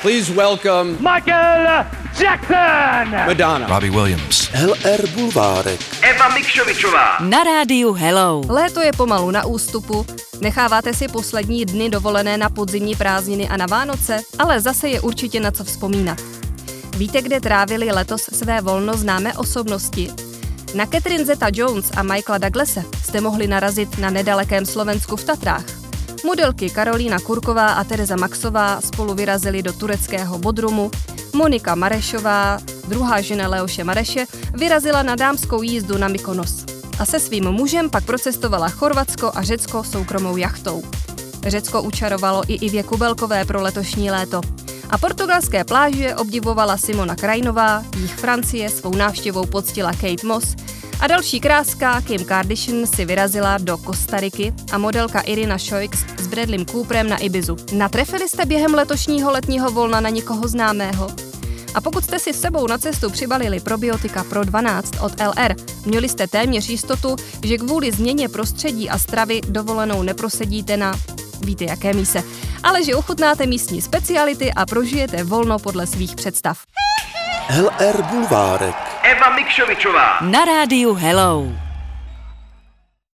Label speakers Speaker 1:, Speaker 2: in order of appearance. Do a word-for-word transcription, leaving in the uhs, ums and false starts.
Speaker 1: Please welcome
Speaker 2: Michael Jackson,
Speaker 1: Madonna,
Speaker 3: Robbie Williams,
Speaker 4: el er Bulvárek,
Speaker 5: Eva Mikšovičová.
Speaker 6: Na rádiu Hello.
Speaker 7: Léto je pomalu na ústupu, necháváte si poslední dny dovolené na podzimní prázdniny a na Vánoce, ale zase je určitě na co vzpomínat. Víte, kde trávili letos své volno známé osobnosti? Na Catherine Zeta-Jones a Michaela Douglase jste mohli narazit na nedalekém Slovensku v Tatrách. Modelky Karolína Kurková a Tereza Maxová spolu vyrazily do tureckého Bodrumu, Monika Marešová, druhá žena Leoše Mareše, vyrazila na dámskou jízdu na Mykonos. A se svým mužem pak procestovala Chorvatsko a Řecko soukromou jachtou. Řecko učarovalo i Ivě Kubelkové pro letošní léto. A portugalské pláže obdivovala Simona Krajinová, jich Francie svou návštěvou poctila Kate Moss a další kráska Kim Kardashian si vyrazila do Kostariky a modelka Irina Shayk s Bradleym Cooperem na Ibizu. Natrefili jste během letošního letního volna na někoho známého? A pokud jste si s sebou na cestu přibalili probiotika Pro dvanáct od el er, měli jste téměř jistotu, že kvůli změně prostředí a stravy dovolenou neprosedíte na víte jaké míse, ale že ochutnáte místní speciality a prožijete volno podle svých představ.
Speaker 4: el er Bulvárek,
Speaker 5: Eva Mikšovičová.
Speaker 6: Na rádiu Hello.